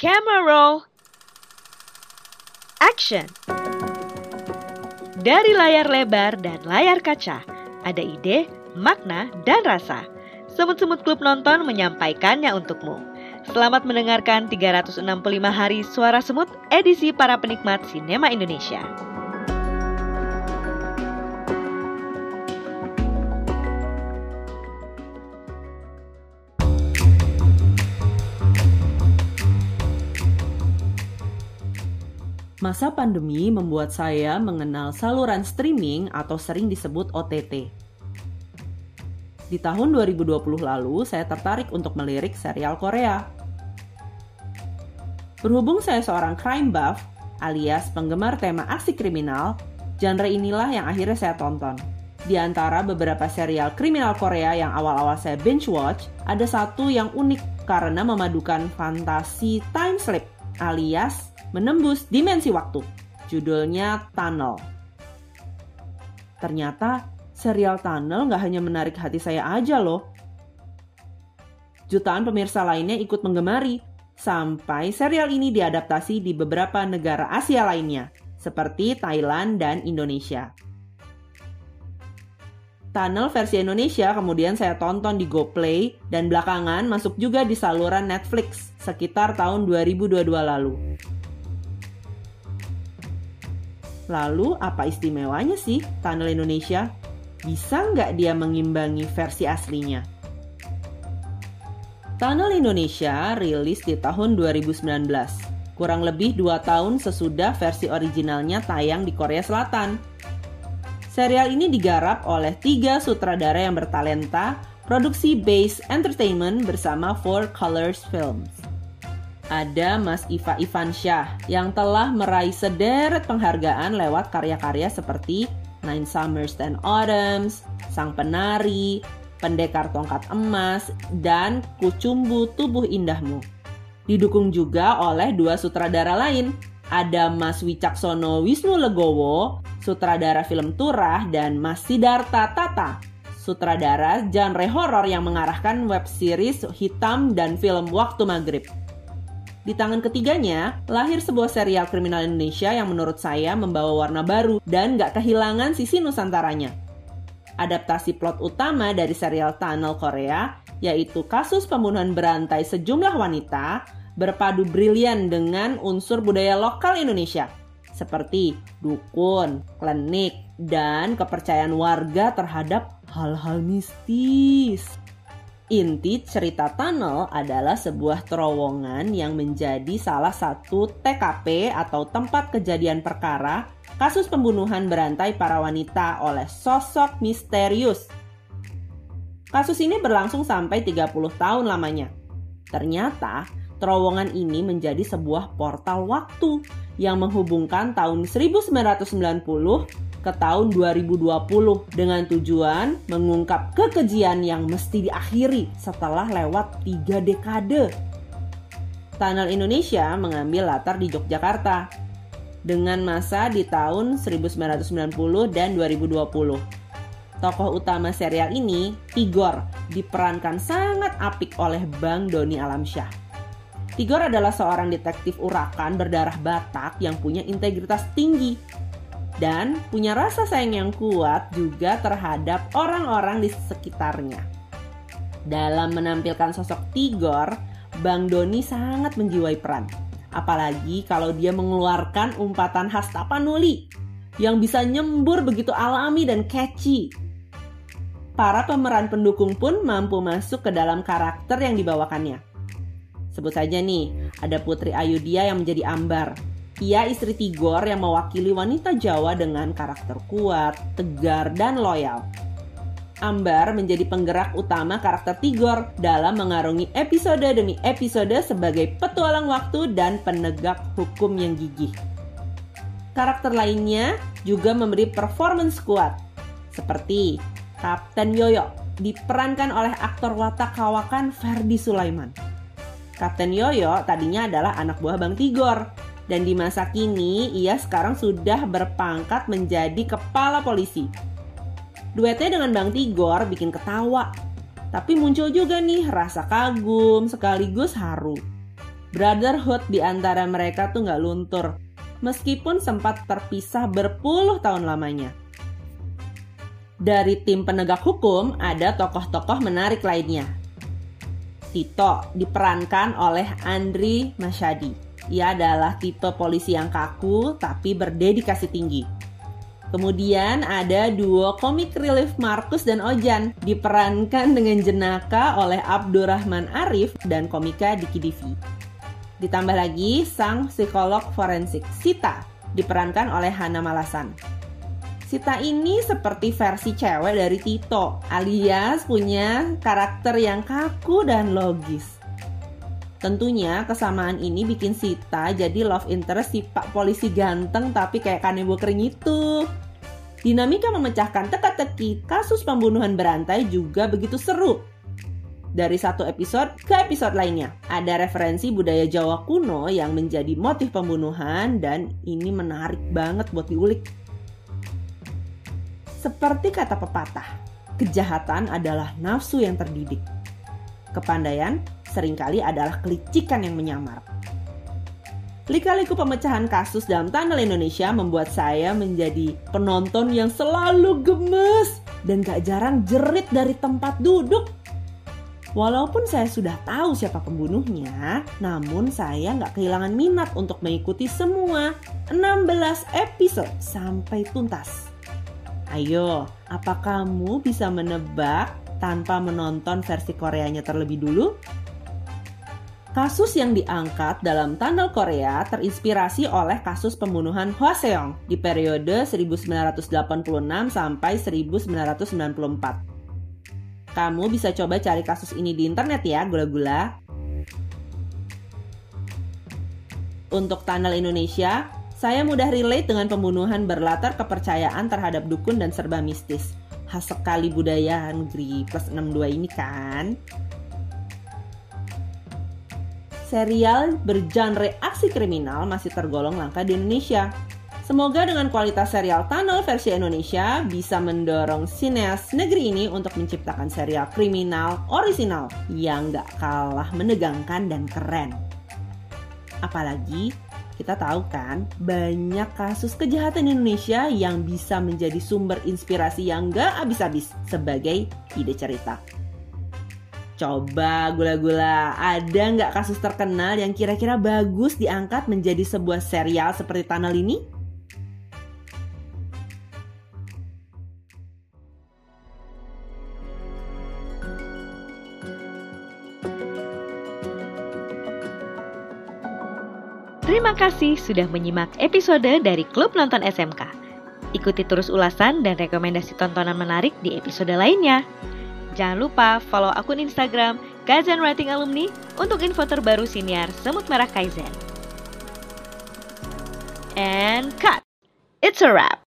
Camera roll. Action. Dari layar lebar dan layar kaca, ada ide, makna, dan rasa. Semut-semut klub nonton menyampaikannya untukmu. Selamat mendengarkan 365 Hari Suara Semut, edisi para penikmat sinema Indonesia. Masa pandemi membuat saya mengenal saluran streaming atau sering disebut OTT. Di tahun 2020 lalu, saya tertarik untuk melirik serial Korea. Berhubung saya seorang crime buff, alias penggemar tema aksi kriminal, genre inilah yang akhirnya saya tonton. Di antara beberapa serial kriminal Korea yang awal-awal saya binge watch, ada satu yang unik karena memadukan fantasi time slip, alias menembus dimensi waktu. Judulnya Tunnel. Ternyata serial Tunnel gak hanya menarik hati saya aja loh. Jutaan pemirsa lainnya ikut menggemari, sampai serial ini diadaptasi di beberapa negara Asia lainnya, seperti Thailand dan Indonesia. Tunnel versi Indonesia kemudian saya tonton di GoPlay dan belakangan masuk juga di saluran Netflix sekitar tahun 2022 lalu. Lalu apa istimewanya sih Tunnel Indonesia? Bisa nggak dia mengimbangi versi aslinya? Tunnel Indonesia rilis di tahun 2019, kurang lebih 2 tahun sesudah versi originalnya tayang di Korea Selatan. Serial ini digarap oleh 3 sutradara yang bertalenta, produksi Base Entertainment bersama Four Colors Films. Ada Mas Iva Ivansyah yang telah meraih sederet penghargaan lewat karya-karya seperti Nine Summers and Autumns, Sang Penari, Pendekar Tongkat Emas, dan Kucumbu Tubuh Indahmu. Didukung juga oleh 2 sutradara lain, ada Mas Wicaksono Wisnu Legowo, sutradara film Turah, dan Mas Siddhartha Tata, sutradara genre horor yang mengarahkan web series Hitam dan film Waktu Maghrib. Di tangan ketiganya, lahir sebuah serial kriminal Indonesia yang menurut saya membawa warna baru dan gak kehilangan sisi nusantaranya. Adaptasi plot utama dari serial Tunnel Korea, yaitu kasus pembunuhan berantai sejumlah wanita, berpadu brilian dengan unsur budaya lokal Indonesia, seperti dukun, klinik, dan kepercayaan warga terhadap hal-hal mistis. Inti cerita Tunnel adalah sebuah terowongan yang menjadi salah satu TKP atau tempat kejadian perkara kasus pembunuhan berantai para wanita oleh sosok misterius. Kasus ini berlangsung sampai 30 tahun lamanya. Ternyata terowongan ini menjadi sebuah portal waktu yang menghubungkan tahun 1990 ke tahun 2020 dengan tujuan mengungkap kekejian yang mesti diakhiri setelah lewat 3 dekade. Tunnel Indonesia mengambil latar di Yogyakarta dengan masa di tahun 1990 dan 2020. Tokoh utama serial ini, Tigor, diperankan sangat apik oleh Bang Doni Alamsyah. Tigor adalah seorang detektif urakan berdarah Batak yang punya integritas tinggi dan punya rasa sayang yang kuat juga terhadap orang-orang di sekitarnya. Dalam menampilkan sosok Tigor, Bang Doni sangat menjiwai peran. Apalagi kalau dia mengeluarkan umpatan khas Tapanuli yang bisa nyembur begitu alami dan catchy. Para pemeran pendukung pun mampu masuk ke dalam karakter yang dibawakannya. Sebut saja nih, ada Putri Ayudhya yang menjadi Ambar. Ia istri Tigor yang mewakili wanita Jawa dengan karakter kuat, tegar, dan loyal. Ambar menjadi penggerak utama karakter Tigor dalam mengarungi episode demi episode sebagai petualang waktu dan penegak hukum yang gigih. Karakter lainnya juga memberi performance kuat, seperti Kapten Yoyo, diperankan oleh aktor watak kawakan Ferdi Sulaiman. Kapten Yoyo tadinya adalah anak buah Bang Tigor, dan di masa kini ia sekarang sudah berpangkat menjadi kepala polisi. Duetnya dengan Bang Tigor bikin ketawa, tapi muncul juga nih rasa kagum sekaligus haru. Brotherhood di antara mereka tuh nggak luntur, meskipun sempat terpisah berpuluh tahun lamanya. Dari tim penegak hukum, ada tokoh-tokoh menarik lainnya. Tito diperankan oleh Andriy Mashadi. Ia adalah tipe polisi yang kaku tapi berdedikasi tinggi. Kemudian ada duo komik relief Markus dan Ojan, diperankan dengan jenaka oleh Abdurrahman Arif dan komika Diki Divi. Ditambah lagi sang psikolog forensik Sita, diperankan oleh Hana Malasan. Sita ini seperti versi cewek dari Tito, alias punya karakter yang kaku dan logis. Tentunya kesamaan ini bikin Sita jadi love interest si Pak Polisi ganteng tapi kayak kanebo kering itu. Dinamika memecahkan teka-teki kasus pembunuhan berantai juga begitu seru. Dari satu episode ke episode lainnya, ada referensi budaya Jawa kuno yang menjadi motif pembunuhan dan ini menarik banget buat diulik. Seperti kata pepatah, kejahatan adalah nafsu yang terdidik. Kepandaian seringkali adalah kelicikan yang menyamar. Lika-liku pemecahan kasus dalam Tunnel Indonesia membuat saya menjadi penonton yang selalu gemes dan gak jarang jerit dari tempat duduk. Walaupun saya sudah tahu siapa pembunuhnya, namun saya gak kehilangan minat untuk mengikuti semua 16 episode sampai tuntas. Ayo, apa kamu bisa menebak tanpa menonton versi Koreanya terlebih dulu? Kasus yang diangkat dalam Tunnel Korea terinspirasi oleh kasus pembunuhan Hwaseong di periode 1986 sampai 1994. Kamu bisa coba cari kasus ini di internet ya, gula-gula. Untuk Tunnel Indonesia, saya mudah relate dengan pembunuhan berlatar kepercayaan terhadap dukun dan serba mistis. Khas sekali budaya negeri plus 62 ini kan. Serial bergenre aksi kriminal masih tergolong langka di Indonesia. Semoga dengan kualitas serial Tunnel versi Indonesia bisa mendorong sineas negeri ini untuk menciptakan serial kriminal orisinal yang gak kalah menegangkan dan keren. Apalagi kita tahu kan, banyak kasus kejahatan di Indonesia yang bisa menjadi sumber inspirasi yang gak habis-habis sebagai ide cerita. Coba gula-gula, ada nggak kasus terkenal yang kira-kira bagus diangkat menjadi sebuah serial seperti Tunnel ini? Terima kasih sudah menyimak episode dari Klub Nonton SMK. Ikuti terus ulasan dan rekomendasi tontonan menarik di episode lainnya. Jangan lupa follow akun Instagram Kaizen Writing Alumni untuk info terbaru siniar Semut Merah Kaizen. And cut! It's a wrap!